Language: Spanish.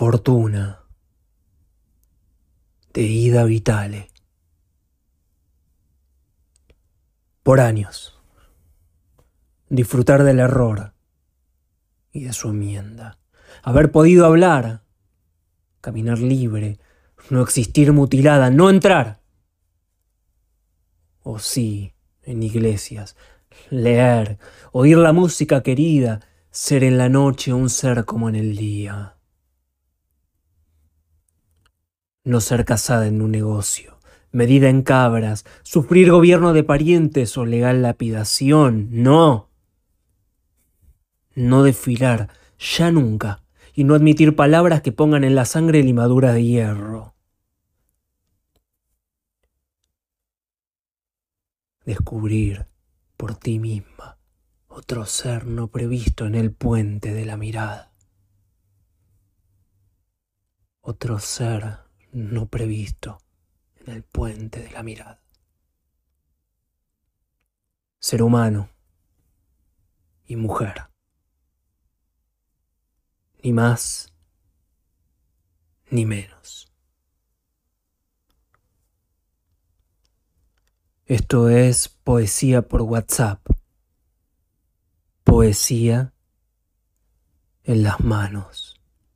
Fortuna de Ida Vitale. Por años, disfrutar del error y de su enmienda, haber podido hablar, caminar libre, no existir mutilada, no entrar, o sí, en iglesias, leer, oír la música querida, ser en la noche un ser como en el día. No ser casada en un negocio, medida en cabras, sufrir gobierno de parientes o legal lapidación, no. No desfilar, ya nunca, y no admitir palabras que pongan en la sangre limaduras de hierro. Descubrir por ti misma otro ser no previsto en el puente de la mirada. Otro ser no previsto en el puente de la mirada. Ser humano y mujer. Ni más ni menos. Esto es poesía por WhatsApp. Poesía en las manos.